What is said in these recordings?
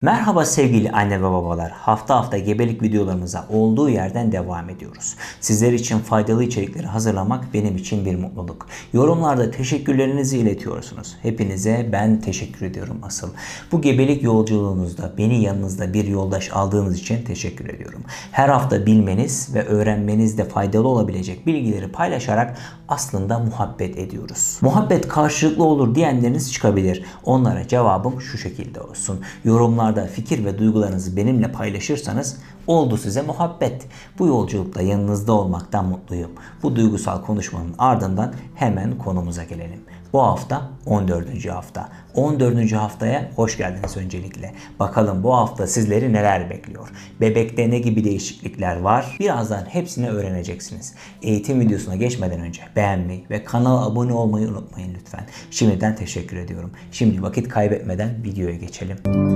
Merhaba sevgili anne ve babalar. Hafta hafta gebelik videolarımıza olduğu yerden devam ediyoruz. Sizler için faydalı içerikleri hazırlamak benim için bir mutluluk. Yorumlarda teşekkürlerinizi iletiyorsunuz. Hepinize ben teşekkür ediyorum asıl. Bu gebelik yolculuğunuzda beni yanınızda bir yoldaş aldığınız için teşekkür ediyorum. Her hafta bilmeniz ve öğrenmenizde faydalı olabilecek bilgileri paylaşarak aslında muhabbet ediyoruz. Muhabbet karşılıklı olur diyenleriniz çıkabilir. Onlara cevabım şu şekilde olsun. Yorumlarda fikir ve duygularınızı benimle paylaşırsanız oldu size muhabbet. Bu yolculukta yanınızda olmaktan mutluyum. Bu duygusal konuşmanın ardından hemen konumuza gelelim. Bu hafta 14. hafta. 14. haftaya hoş geldiniz öncelikle. Bakalım bu hafta sizleri neler bekliyor? Bebekte ne gibi değişiklikler var? Birazdan hepsini öğreneceksiniz. Eğitim videosuna geçmeden önce beğenmeyi ve kanala abone olmayı unutmayın lütfen. Şimdiden teşekkür ediyorum. Şimdi vakit kaybetmeden videoya geçelim.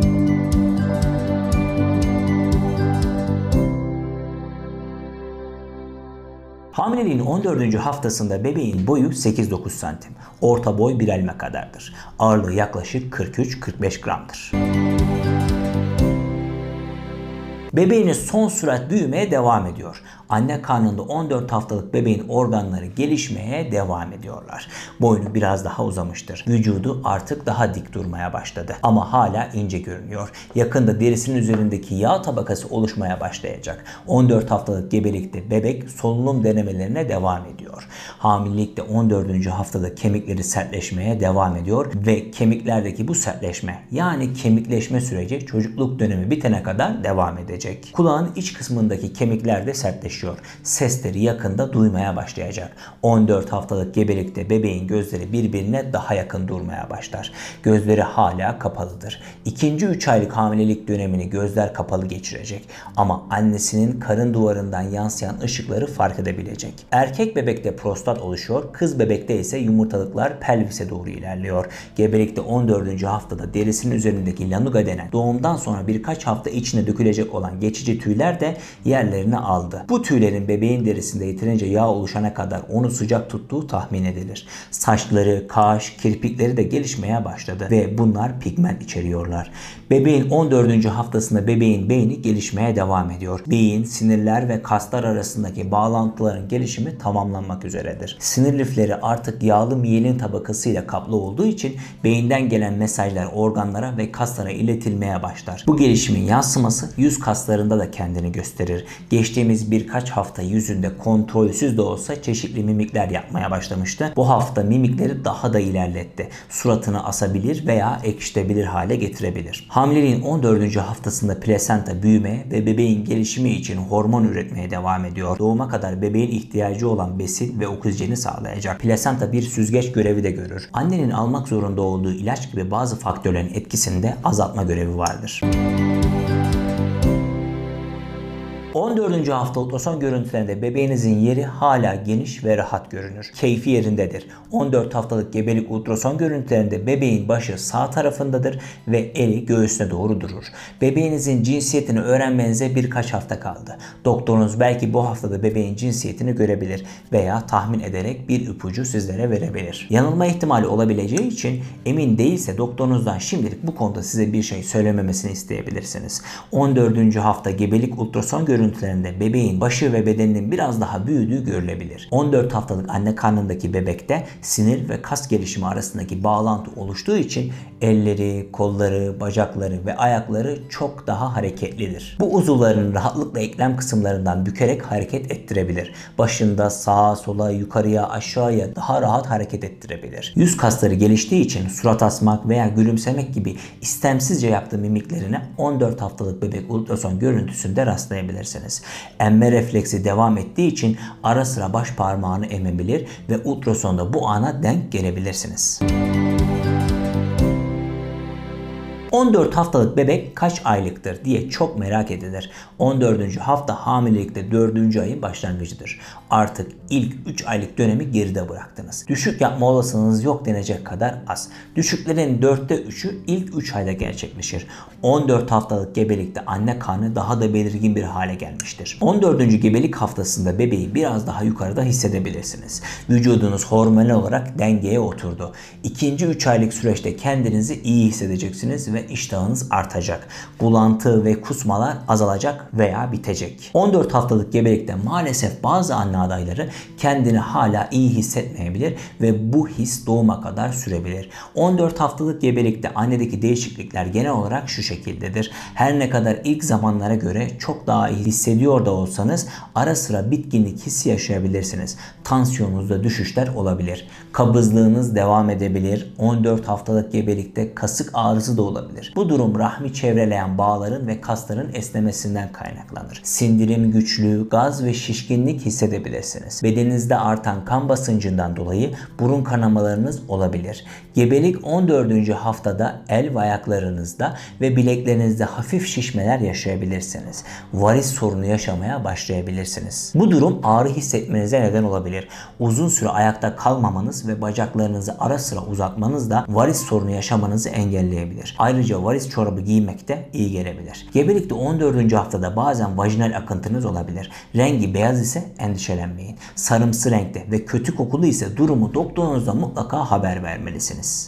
Hamileliğin 14. haftasında bebeğin boyu 8-9 santim. Orta boy bir elma kadardır. Ağırlığı yaklaşık 43-45 gramdır. Bebeğiniz son sürat büyümeye devam ediyor. Anne karnında 14 haftalık bebeğin organları gelişmeye devam ediyorlar. Boynu biraz daha uzamıştır. Vücudu artık daha dik durmaya başladı. Ama hala ince görünüyor. Yakında derisinin üzerindeki yağ tabakası oluşmaya başlayacak. 14 haftalık gebelikte bebek solunum denemelerine devam ediyor. Hamilelikte 14. haftada kemikleri sertleşmeye devam ediyor ve kemiklerdeki bu sertleşme yani kemikleşme süreci çocukluk dönemi bitene kadar devam edecek. Kulağın iç kısmındaki kemikler de sertleşiyor. Sesleri yakında duymaya başlayacak. 14 haftalık gebelikte bebeğin gözleri birbirine daha yakın durmaya başlar. Gözleri hala kapalıdır. İkinci 3 aylık hamilelik dönemini gözler kapalı geçirecek. Ama annesinin karın duvarından yansıyan ışıkları fark edebilecek. Erkek bebekte prostat oluşuyor. Kız bebekte ise yumurtalıklar pelvise doğru ilerliyor. Gebelikte 14. haftada derisinin üzerindeki lanuga denen doğumdan sonra birkaç hafta içine dökülecek olan geçici tüyler de yerlerini aldı. Bu tüylerin bebeğin derisinde yeterince yağ oluşana kadar onu sıcak tuttuğu tahmin edilir. Saçları, kaş, kirpikleri de gelişmeye başladı ve bunlar pigment içeriyorlar. Bebeğin 14. haftasında bebeğin beyni gelişmeye devam ediyor. Beyin, sinirler ve kaslar arasındaki bağlantıların gelişimi tamamlanmak üzeredir. Sinir lifleri artık yağlı miyelin tabakasıyla kaplı olduğu için beyinden gelen mesajlar organlara ve kaslara iletilmeye başlar. Bu gelişimin yansıması yüz kaslarında da kendini gösterir. Geçtiğimiz birkaç hafta yüzünde kontrolsüz de olsa çeşitli mimikler yapmaya başlamıştı. Bu hafta mimikleri daha da ilerletti. Suratını asabilir veya ekşitebilir hale getirebilir. Hamileliğin 14. haftasında plasenta büyümeye ve bebeğin gelişimi için hormon üretmeye devam ediyor. Doğuma kadar bebeğin ihtiyacı olan besin ve oksijeni sağlayacak. Plasenta bir süzgeç görevi de görür. Annenin almak zorunda olduğu ilaç gibi bazı faktörlerin etkisini de azaltma görevi vardır. 14. hafta ultrason görüntülerinde bebeğinizin yeri hala geniş ve rahat görünür. Keyfi yerindedir. 14 haftalık gebelik ultrason görüntülerinde bebeğin başı sağ tarafındadır ve eli göğsüne doğru durur. Bebeğinizin cinsiyetini öğrenmenize birkaç hafta kaldı. Doktorunuz belki bu haftada bebeğin cinsiyetini görebilir veya tahmin ederek bir ipucu sizlere verebilir. Yanılma ihtimali olabileceği için emin değilse doktorunuzdan şimdilik bu konuda size bir şey söylememesini isteyebilirsiniz. 14. hafta gebelik ultrason görüntülerinde bebeğin başı ve bedeninin biraz daha büyüdüğü görülebilir. 14 haftalık anne karnındaki bebekte sinir ve kas gelişimi arasındaki bağlantı oluştuğu için elleri, kolları, bacakları ve ayakları çok daha hareketlidir. Bu uzuvların rahatlıkla eklem kısımlarından bükerek hareket ettirebilir. Başında sağa, sola, yukarıya, aşağıya daha rahat hareket ettirebilir. Yüz kasları geliştiği için surat asmak veya gülümsemek gibi istemsizce yaptığı mimiklerine 14 haftalık bebek ultrason görüntüsünde rastlayabilirsiniz. Emme refleksi devam ettiği için ara sıra baş parmağını emebilir ve ultrasonda bu ana denk gelebilirsiniz. 14 haftalık bebek kaç aylıktır diye çok merak edilir. 14. hafta hamilelikte 4. ayın başlangıcıdır. Artık ilk 3 aylık dönemi geride bıraktınız. Düşük yapma olasılığınız yok denecek kadar az. Düşüklerin 4'te 3'ü ilk 3 ayda gerçekleşir. 14 haftalık gebelikte anne karnı daha da belirgin bir hale gelmiştir. 14. gebelik haftasında bebeği biraz daha yukarıda hissedebilirsiniz. Vücudunuz hormonal olarak dengeye oturdu. İkinci 3 aylık süreçte kendinizi iyi hissedeceksiniz ve ve iştahınız artacak. Bulantı ve kusmalar azalacak veya bitecek. 14 haftalık gebelikte maalesef bazı anne adayları kendini hala iyi hissetmeyebilir ve bu his doğuma kadar sürebilir. 14 haftalık gebelikte annedeki değişiklikler genel olarak şu şekildedir. Her ne kadar ilk zamanlara göre çok daha iyi hissediyor da olsanız ara sıra bitkinlik hissi yaşayabilirsiniz. Tansiyonunuzda düşüşler olabilir. Kabızlığınız devam edebilir. 14 haftalık gebelikte kasık ağrısı da olabilir. Bu durum rahmi çevreleyen bağların ve kasların esnemesinden kaynaklanır. Sindirim güçlüğü, gaz ve şişkinlik hissedebilirsiniz. Bedeninizde artan kan basıncından dolayı burun kanamalarınız olabilir. Gebelik 14. haftada el ve ayaklarınızda ve bileklerinizde hafif şişmeler yaşayabilirsiniz. Varis sorunu yaşamaya başlayabilirsiniz. Bu durum ağrı hissetmenize neden olabilir. Uzun süre ayakta kalmamanız ve bacaklarınızı ara sıra uzatmanız da varis sorunu yaşamanızı engelleyebilir. Ayrıca varis çorabı giymek de iyi gelebilir. Gebelikte 14. haftada bazen vajinal akıntınız olabilir. Rengi beyaz ise endişelenmeyin. Sarımsı renkte ve kötü kokulu ise durumu doktorunuza mutlaka haber vermelisiniz.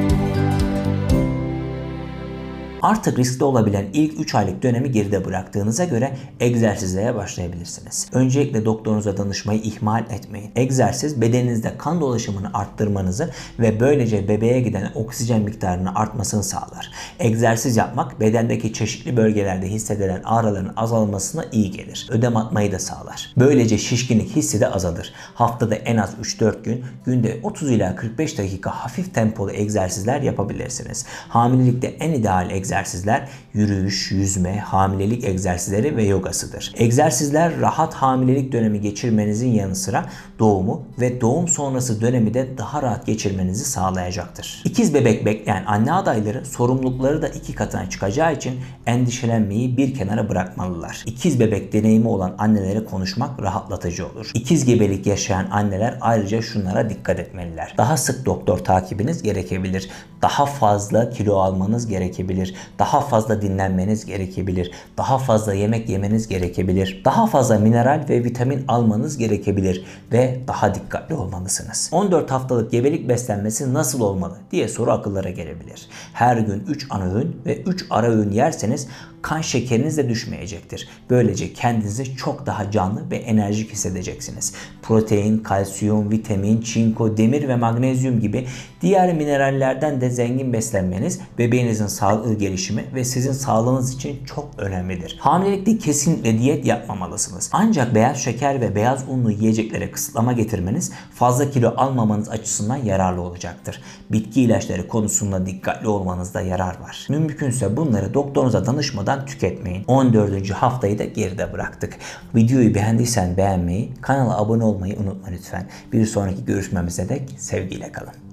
Artık riskli olabilen ilk 3 aylık dönemi geride bıraktığınıza göre egzersizlere başlayabilirsiniz. Öncelikle doktorunuza danışmayı ihmal etmeyin. Egzersiz bedeninizde kan dolaşımını arttırmanızı ve böylece bebeğe giden oksijen miktarının artmasını sağlar. Egzersiz yapmak bedendeki çeşitli bölgelerde hissedilen ağrıların azalmasına iyi gelir. Ödem atmayı da sağlar. Böylece şişkinlik hissi de azalır. Haftada en az 3-4 gün, günde 30 ila 45 dakika hafif tempolu egzersizler yapabilirsiniz. Hamilelikte en ideal egzersizler yürüyüş, yüzme, hamilelik egzersizleri ve yogasıdır. Egzersizler rahat hamilelik dönemi geçirmenizin yanı sıra doğumu ve doğum sonrası dönemi de daha rahat geçirmenizi sağlayacaktır. İkiz bebek bekleyen anne adayları sorumlulukları da 2 katına çıkacağı için endişelenmeyi bir kenara bırakmalılar. İkiz bebek deneyimi olan annelere konuşmak rahatlatıcı olur. İkiz gebelik yaşayan anneler ayrıca şunlara dikkat etmeliler. Daha sık doktor takibiniz gerekebilir. Daha fazla kilo almanız gerekebilir. Daha fazla dinlenmeniz gerekebilir. Daha fazla yemek yemeniz gerekebilir. Daha fazla mineral ve vitamin almanız gerekebilir ve daha dikkatli olmalısınız. 14 haftalık gebelik beslenmesi nasıl olmalı diye soru akıllara gelebilir. Her gün 3 ana öğün ve 3 ara öğün yerseniz kan şekeriniz de düşmeyecektir. Böylece kendinizi çok daha canlı ve enerjik hissedeceksiniz. Protein, kalsiyum, vitamin, çinko, demir ve magnezyum gibi diğer minerallerden de zengin beslenmeniz bebeğinizin sağlıklı gelişimi ve sizin sağlığınız için çok önemlidir. Hamilelikte kesinlikle diyet yapmamalısınız. Ancak beyaz şeker ve beyaz unlu yiyeceklere kısıtlama getirmeniz fazla kilo almamanız açısından yararlı olacaktır. Bitki ilaçları konusunda dikkatli olmanızda yarar var. Mümkünse bunları doktorunuza danışmadan tüketmeyin. 14. haftayı da geride bıraktık. Videoyu beğendiysen beğenmeyi, kanala abone olmayı unutma lütfen. Bir sonraki görüşmemize dek sevgiyle kalın.